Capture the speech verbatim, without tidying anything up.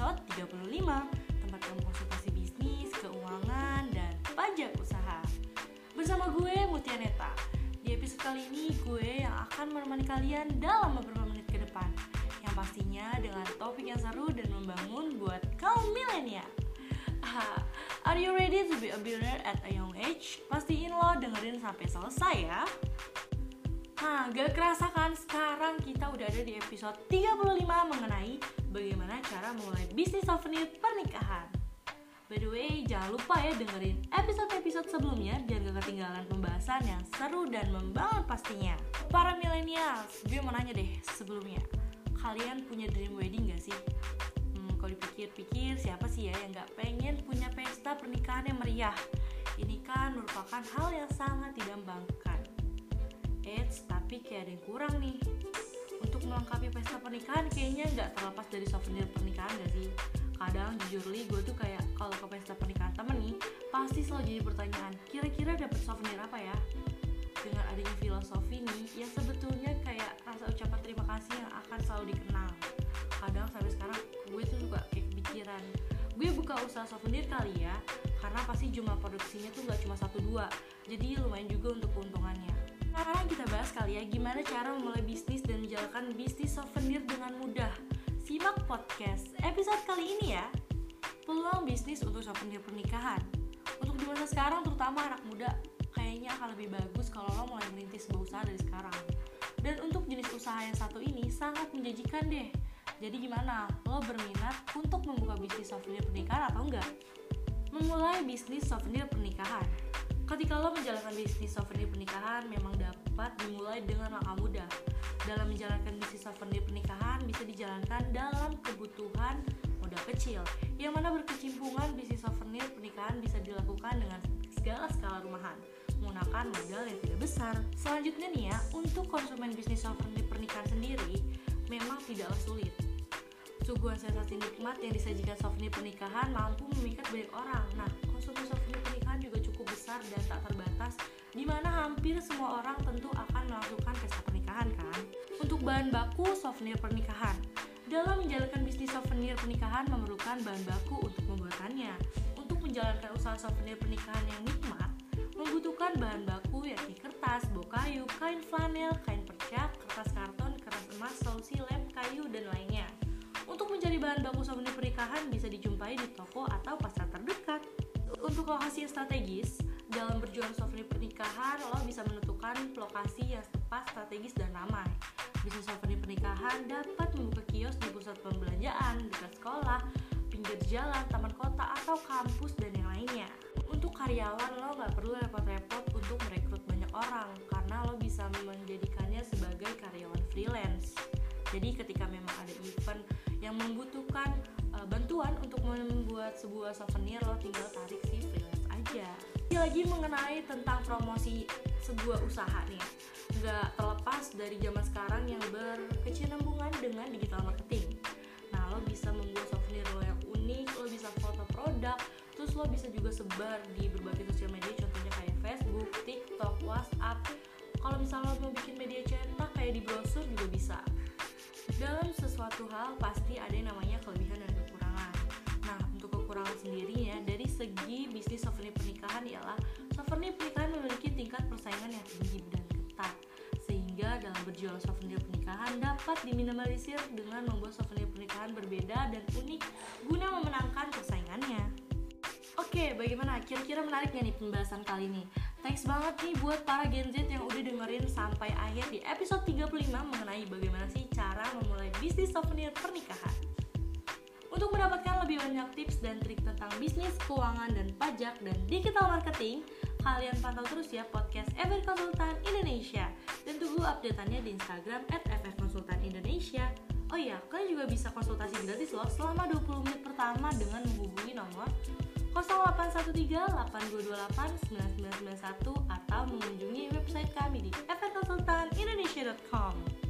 episode tiga puluh lima, tempat kamu konsultasi bisnis, keuangan, dan pajak usaha. Bersama gue, Mutia Neta. Di episode kali ini, gue yang akan menemani kalian dalam beberapa menit ke depan. Yang pastinya dengan topik yang seru dan membangun buat kaum milenial. Are you ready to be a billionaire at a young age? Pastiin lo dengerin sampai selesai ya. Nah, gak kerasa kan sekarang kita udah ada di episode tiga puluh lima mengenai bagaimana cara memulai bisnis souvenir pernikahan. By the way, jangan lupa ya dengerin episode-episode sebelumnya biar gak ketinggalan pembahasan yang seru dan membangun pastinya. Para millennials, gue mau nanya deh sebelumnya, kalian punya dream wedding gak sih? Hmm, kalau dipikir-pikir, siapa sih ya yang gak pengen punya pesta pernikahan yang meriah? Ini kan merupakan hal yang sangat didambakan. Eits, tapi kayak ada yang kurang nih. Untuk melengkapi pesta pernikahan kayaknya gak terlepas dari souvenir pernikahan gak sih? Kadang jujur li, gue tuh kayak kalau ke pesta pernikahan temen nih, pasti selalu jadi pertanyaan, kira-kira dapet souvenir apa ya? Dengan adanya filosofi nih, yang sebetulnya kayak rasa ucapan terima kasih yang akan selalu dikenang. Kadang sampai sekarang gue tuh suka kayak kepikiran, gue buka usaha souvenir kali ya, karena pasti jumlah produksinya tuh gak cuma satu dua, jadi lumayan juga untuk keuntungannya. Sekarang kita bahas kali ya gimana cara memulai bisnis dan menjalankan bisnis souvenir dengan mudah. Simak podcast episode kali ini ya. Peluang bisnis untuk souvenir pernikahan. Untuk di masa sekarang terutama anak muda, kayaknya akan lebih bagus kalau lo mulai merintis sebuah usaha dari sekarang. Dan untuk jenis usaha yang satu ini sangat menjanjikan deh. Jadi gimana? Lo berminat untuk membuka bisnis souvenir pernikahan atau enggak? Memulai bisnis souvenir pernikahan. Ketika lo menjalankan bisnis souvenir pernikahan memang dapat dimulai dengan langkah mudah. Dalam menjalankan bisnis souvenir pernikahan bisa dijalankan dalam kebutuhan modal kecil, yang mana berkecimpungan bisnis souvenir pernikahan bisa dilakukan dengan segala skala rumahan, menggunakan modal yang tidak besar. Selanjutnya nih ya, untuk konsumen bisnis souvenir pernikahan sendiri memang tidaklah sulit. Suguhan sensasi nikmat yang disajikan souvenir pernikahan mampu memikat banyak orang. Nah, konsumen souvenir pernikahan juga cukup besar dan tak terbatas, di mana hampir semua orang tentu akan melakukan pesta pernikahan kan. Untuk bahan baku souvenir pernikahan, dalam menjalankan bisnis souvenir pernikahan memerlukan bahan baku untuk membuatannya. Untuk menjalankan usaha souvenir pernikahan yang nikmat, membutuhkan bahan baku yakni kertas, bau kayu, kain flanel, kain percak, kertas karton, kertas emas, sausi, lem, kayu, dan lainnya. Untuk mencari bahan baku souvenir pernikahan bisa dijumpai di toko atau pasar terdekat. Untuk lokasi yang strategis, dalam berjualan souvenir pernikahan, lo bisa menentukan lokasi yang tepat, strategis, dan ramai. Bisnis souvenir pernikahan dapat membuka kios di pusat perbelanjaan, dekat sekolah, pinggir jalan, taman kota, atau kampus, dan yang lainnya. Untuk karyawan, lo gak perlu repot-repot untuk merekrut banyak orang, karena lo bisa menjadikannya sebagai karyawan freelance. Jadi ketika memang ada event yang membutuhkan uh, bantuan untuk membuat sebuah souvenir, lo tinggal tarik si freelance aja. Lagi mengenai tentang promosi sebuah usaha nih, nggak terlepas dari zaman sekarang yang berkesinambungan dengan digital marketing. Nah, lo bisa membuat souvenir lo yang unik, lo bisa foto produk, terus lo bisa juga sebar di berbagai sosial media, contohnya kayak Facebook, TikTok, WhatsApp. Kalau misalnya lo mau bikin media cetak kayak di brosur juga bisa. Dalam sesuatu hal pasti ada yang namanya kelebihan dan kekurangan. Nah, untuk kekurangan sendiri ya, dari segi bisnis souvenir pernikahan ialah souvenir pernikahan memiliki tingkat persaingan yang tinggi dan ketat, sehingga dalam berjualan souvenir pernikahan dapat diminimalisir dengan membuat souvenir pernikahan berbeda dan unik guna memenangkan persaingannya. Oke, bagaimana? Kira-kira menarik gak nih pembahasan kali ini? Thanks banget nih buat para Gen Z yang udah dengerin sampai akhir di episode tiga puluh lima mengenai bagaimana sih cara memulai bisnis souvenir pernikahan. Untuk mendapatkan lebih banyak tips dan trik tentang bisnis, keuangan, dan pajak, dan digital marketing, kalian pantau terus ya podcast F F Konsultan Indonesia dan tunggu update-annya di Instagram at F F Konsultan Indonesia. Oh iya, kalian juga bisa konsultasi gratis loh selama dua puluh menit pertama dengan menghubungi nomor nol delapan satu tiga delapan dua dua delapan sembilan sembilan sembilan satu atau mengunjungi website kami di f f konsultan indonesia dot com.